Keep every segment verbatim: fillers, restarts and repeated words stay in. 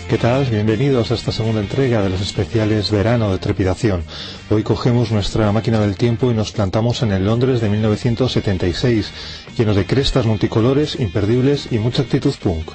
¿Qué tal? Bienvenidos a esta segunda entrega de los especiales Verano de Trepidación. Hoy cogemos nuestra máquina del tiempo y nos plantamos en el Londres de mil novecientos setenta y seis, lleno de crestas multicolores, imperdibles y mucha actitud punk.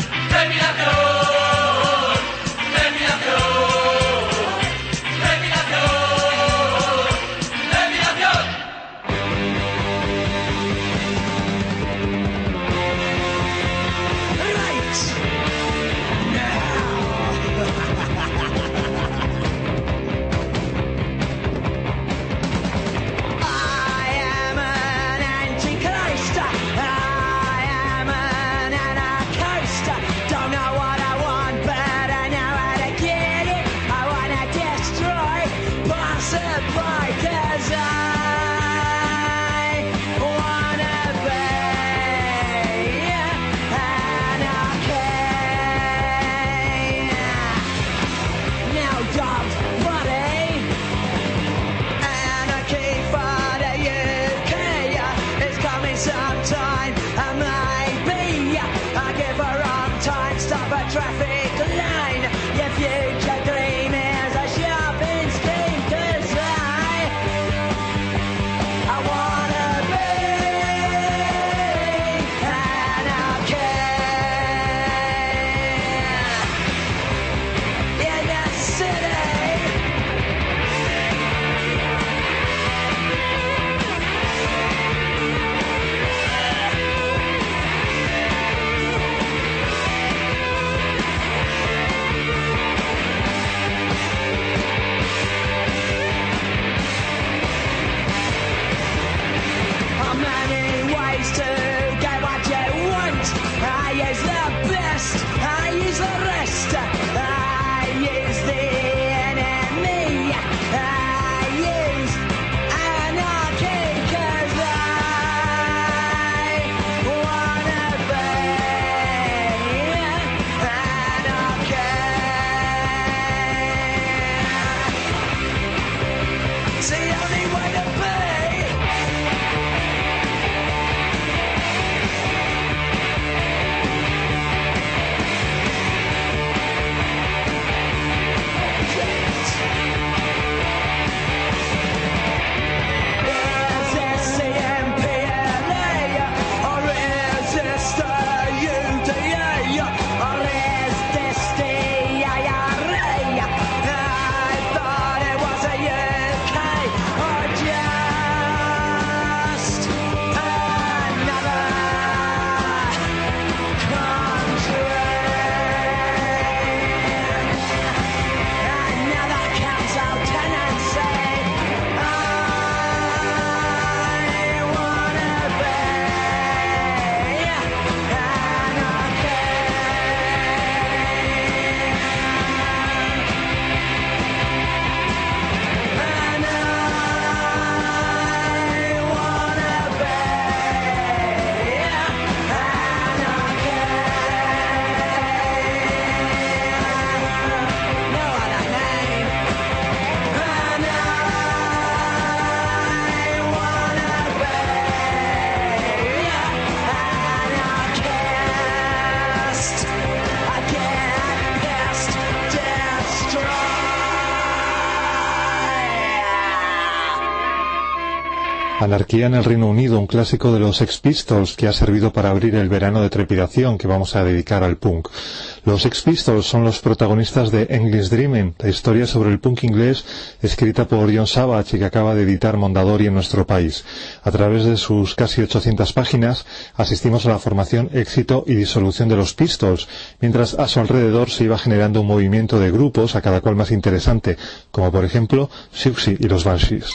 Anarquía en el Reino Unido, un clásico de los Sex Pistols que ha servido para abrir el verano de trepidación que vamos a dedicar al punk. Los Sex Pistols son los protagonistas de English Dreamin', la historia sobre el punk inglés escrita por John Savage y que acaba de editar Mondadori en nuestro país. A través de sus casi ochocientas páginas asistimos a la formación, éxito y disolución de los Pistols, mientras a su alrededor se iba generando un movimiento de grupos, a cada cual más interesante, como por ejemplo Siouxsie y los Banshees.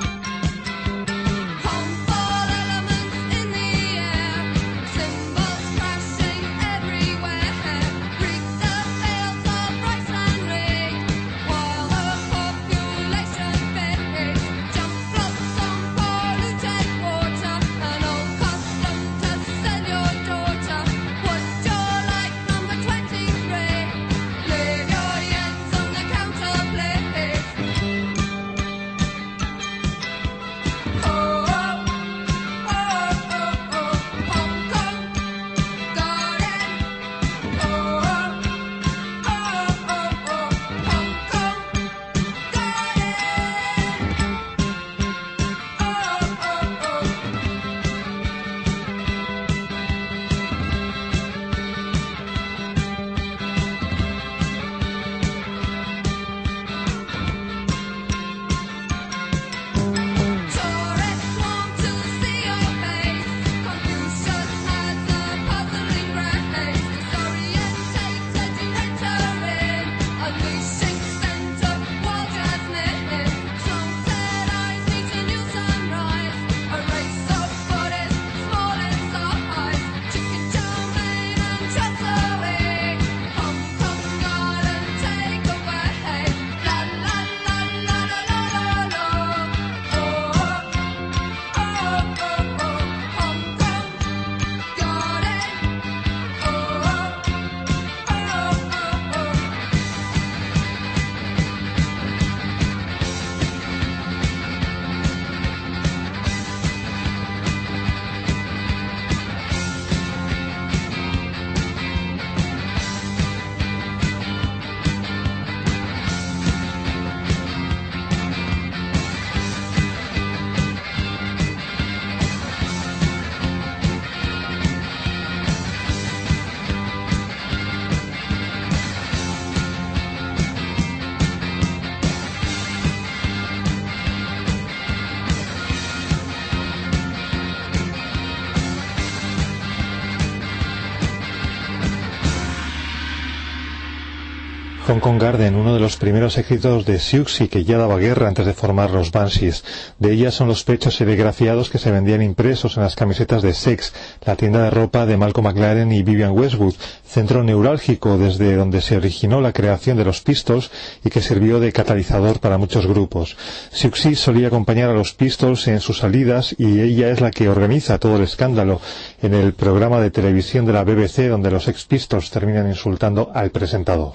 Home for elements in the air, symbols Kong Kong Garden, uno de los primeros éxitos de Siouxsie, que ya daba guerra antes de formar los Banshees. De ella son los pechos serigrafiados que se vendían impresos en las camisetas de Sex, la tienda de ropa de Malcolm McLaren y Vivienne Westwood, centro neurálgico desde donde se originó la creación de los Pistols y que sirvió de catalizador para muchos grupos. Siouxsie solía acompañar a los Pistols en sus salidas y ella es la que organiza todo el escándalo en el programa de televisión de la B B C donde los Sex Pistols terminan insultando al presentador.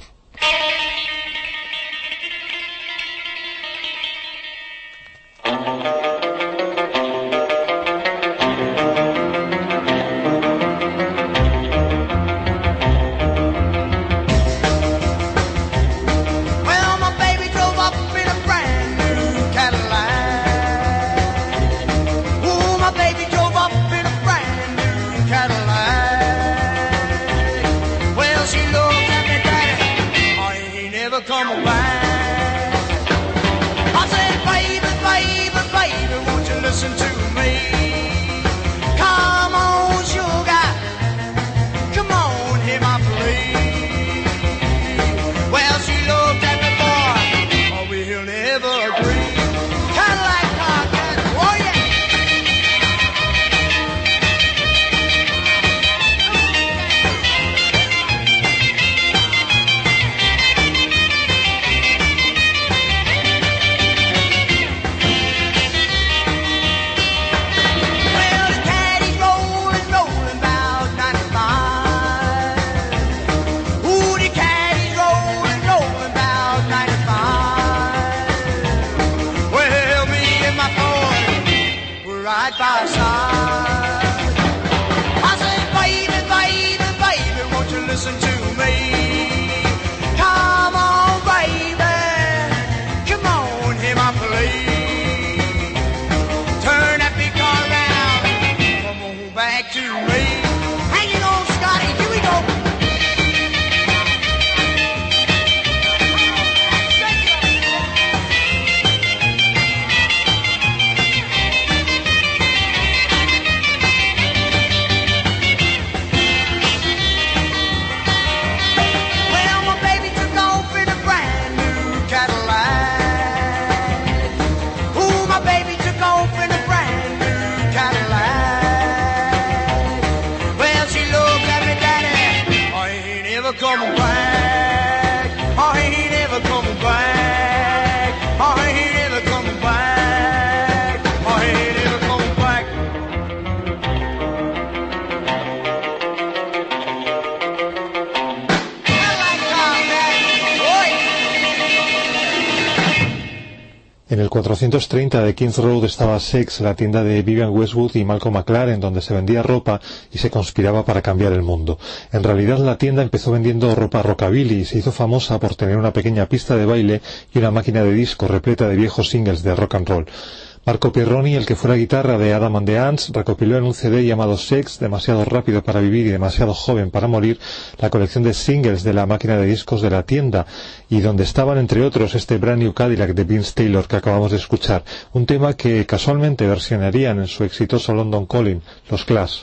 En el cuatrocientos treinta de Kings Road estaba Sex, la tienda de Vivienne Westwood y Malcolm McLaren, donde se vendía ropa y se conspiraba para cambiar el mundo. En realidad la tienda empezó vendiendo ropa rockabilly y se hizo famosa por tener una pequeña pista de baile y una máquina de disco repleta de viejos singles de rock and roll. Marco Pirroni, el que fuera guitarra de Adam and the Ants, recopiló en un C D llamado Sex, demasiado rápido para vivir y demasiado joven para morir, la colección de singles de la máquina de discos de la tienda, y donde estaban entre otros este Brand New Cadillac de Vince Taylor que acabamos de escuchar, un tema que casualmente versionarían en su exitoso London Calling, los Clash.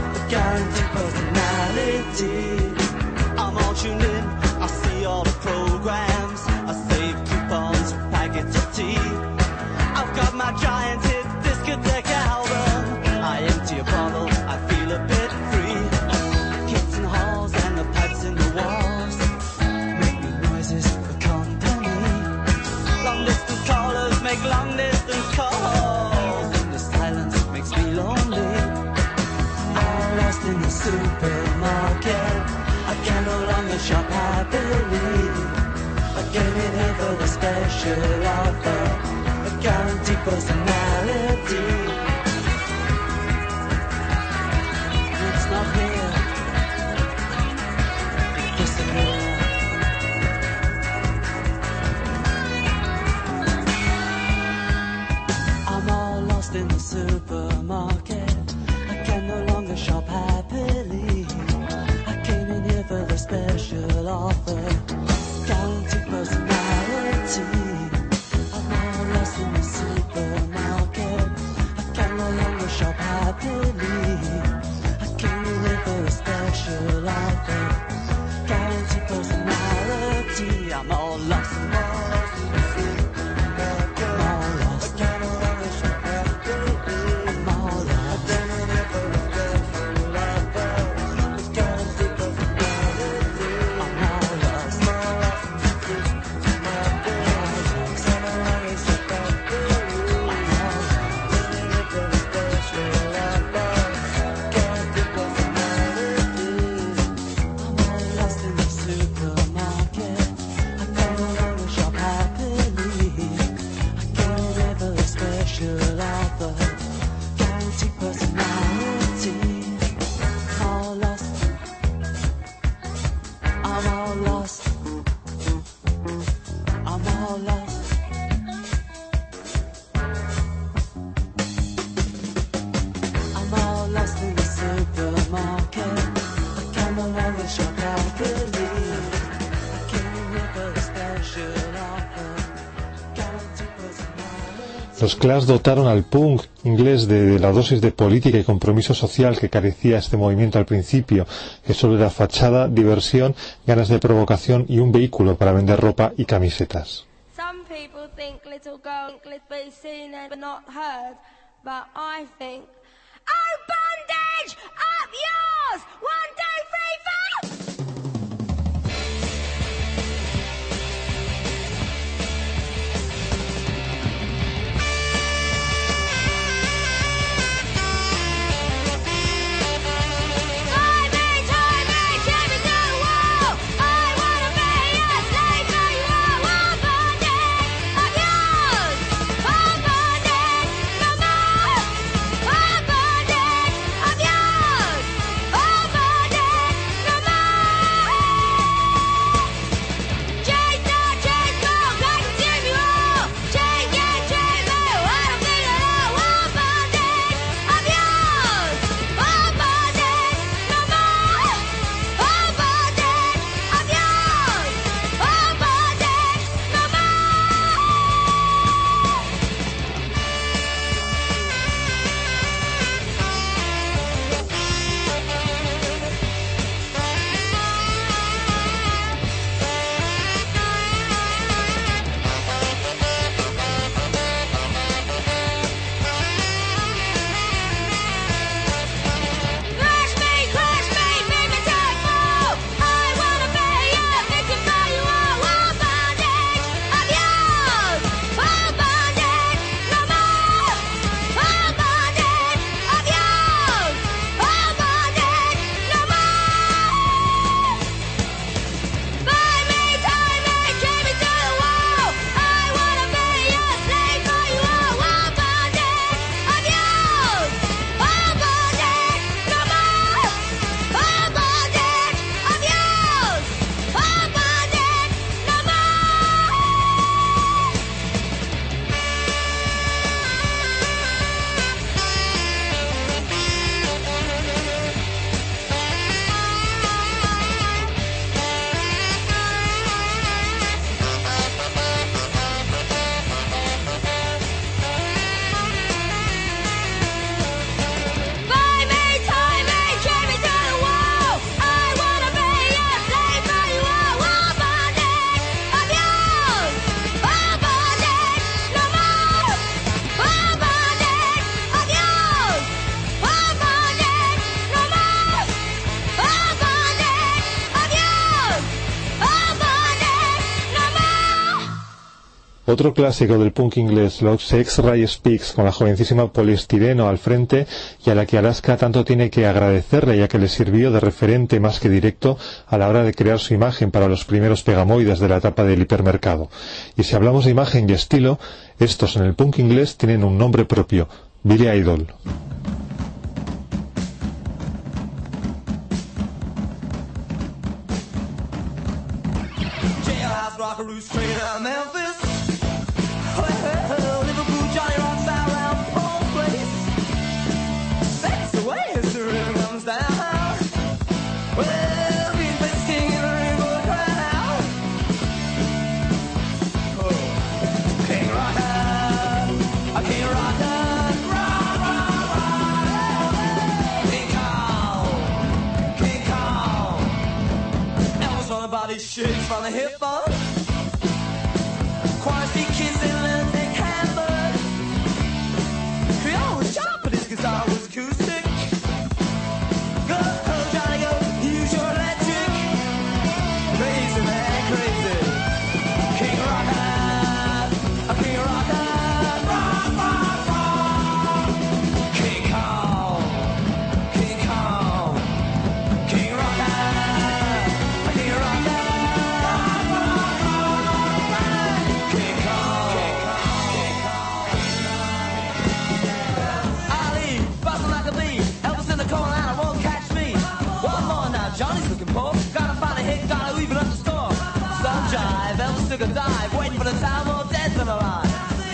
I'm all tuned in, I see all the pros. special offer, a guaranteed personality. It's not here, disappear. I'm all lost in the supermarket. I can no longer shop happily. I came in here for the special offer, guaranteed personality. I'm all lost in the supermarket. I can no longer shop happily. I came in here for the special offer, guaranteed personality. I'm all lost, I'm all lost in the supermarket. I'm all lost. I can no longer shop happily. I'm all lost. I came in here for the special offer, guaranteed personality. I'm all lost. I'm all lost in the supermarket. I'm all lost. I can no longer shop happily. I'm all lost. Came in here for the special offer, guaranteed personality. I'm all lost in the supermarket. I can no longer shop happily. I came in here for the special offer, guaranteed personality. I'm all lost. I'm all lost. I'm all lost. I'm all lost in the supermarket. I can no longer shop happily. I came in here for the special offer, guaranteed personality. Los Clash dotaron al punk inglés de, de la dosis de política y compromiso social que carecía este movimiento al principio, que solo era fachada, diversión, ganas de provocación y un vehículo para vender ropa y camisetas. Some people think little girl will be seen and not heard, but I think, oh bondage, up yours! One, two, three, four! Tie me, tie me, get me to the wall. I wanna be a slave for you all. One bondage, up yours! One bondage, no more! One bondage, up yours! One bondage, Otro clásico del punk inglés, los X-Ray Speaks, con la jovencísima Poliestireno al frente y a la que Alaska tanto tiene que agradecerle, ya que le sirvió de referente más que directo a la hora de crear su imagen para los primeros pegamoides de la etapa del hipermercado. Y si hablamos de imagen y estilo, estos en el punk inglés tienen un nombre propio: Billy Idol. Rockaroo straight out of Memphis. Well, Liverpool, Johnny rocks out around Paul Place. That's the way history really comes down. Well, being best king in the rainbow crowd. Oh, King Rocker, a King Rocker, rock, rock, rock. King Kong, King Kong. Elvis on the body shakes from the hip up. Quantity kids in London Hamburg. He always chopped, but his guitar was acoustic. Go, go, Johnny, go, use your electric. Crazy man, crazy. King Rocker, a King Rocker, rock, rock, rock. King Kong, King Kong, King Rocker, a King Rocker. Johnny's looking poor. Gotta find a hit, gotta leave it at the store. Some jive, Elvis took a dive, waiting for the time more dead than alive.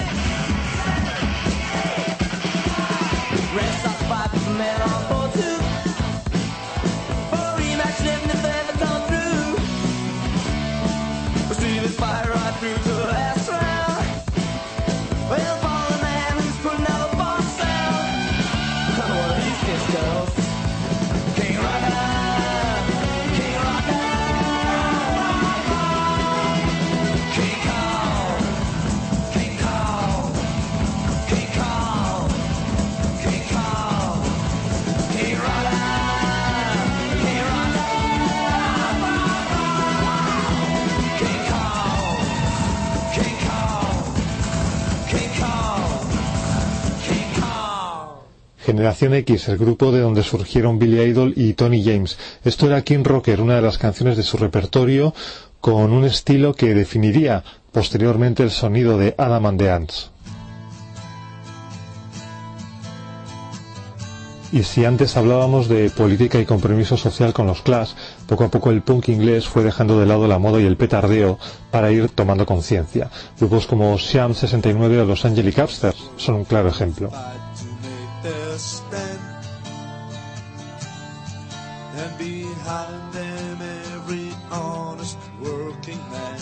Red Sox five is the man on four two. For a rematch, living if they ever come through. We'll see this fire right through to the last round. Well, follow the man who's putting out the boss sound. I'm one of these kids, girls. King Rocker. Generación X, el grupo de donde surgieron Billy Idol y Tony James. Esto era King Rocker, una de las canciones de su repertorio, con un estilo que definiría posteriormente el sonido de Adam and the Ants. Y si antes hablábamos de política y compromiso social con los Clash, poco a poco el punk inglés fue dejando de lado la moda y el petardeo para ir tomando conciencia. Grupos como Sham sesenta y nueve o Los Angelic Upstairs son un claro ejemplo. Spend and behind them every honest working man.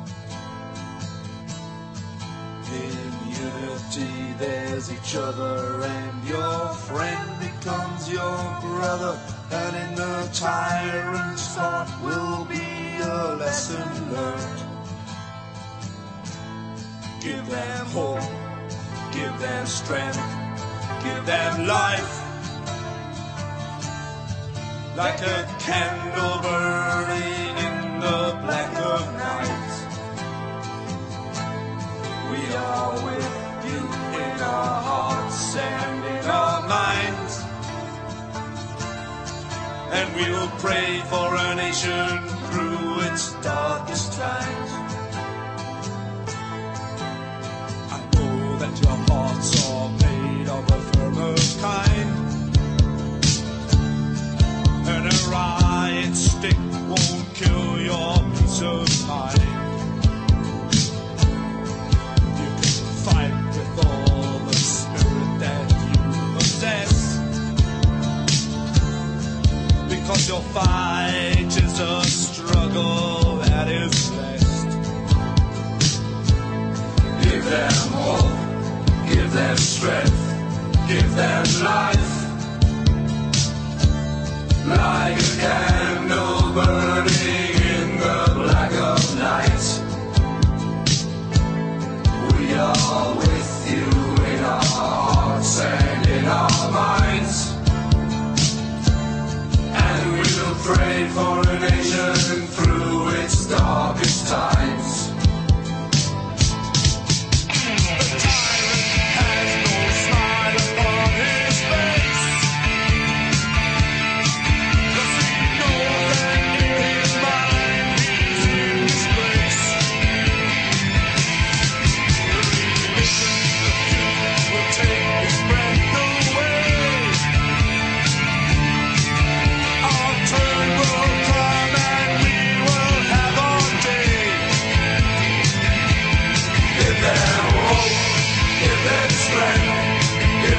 In unity there's each other, and your friend becomes your brother, and in the tyrant's thought will be a lesson learned. Give them hope, give them strength, give them life, like a candle burning in the black of night. We are with you in our hearts and in our minds, and we will pray for our nation through its darkest times. I know that your hearts are made of a firmer kind, and a riot stick won't kill your peace of mind. You can fight with all the spirit that you possess, because your fight is a struggle that is blessed. Give them hope, give them strength, give them life, like a candle burning in the black of night. We are with you in our hearts and in our minds, and we will pray for a nation through its darkest times.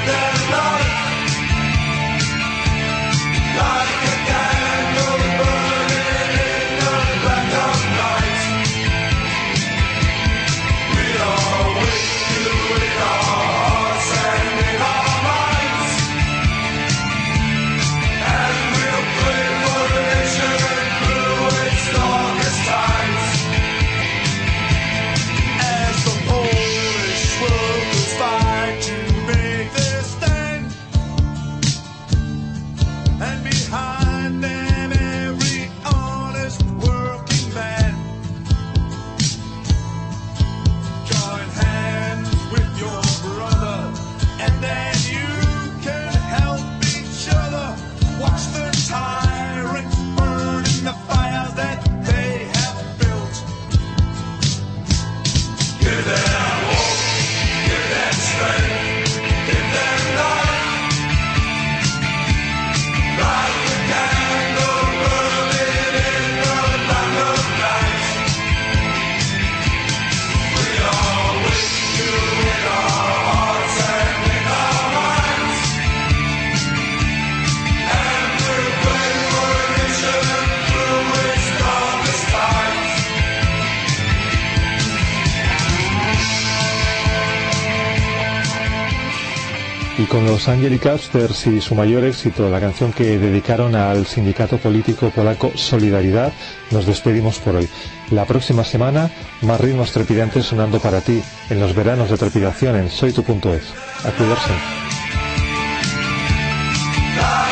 Y con los Angelic Upstairs y su mayor éxito, la canción que dedicaron al sindicato político polaco Solidaridad, nos despedimos por hoy. La próxima semana, más ritmos trepidantes sonando para ti en los veranos de trepidación en soy tu punto es. A cuidarse.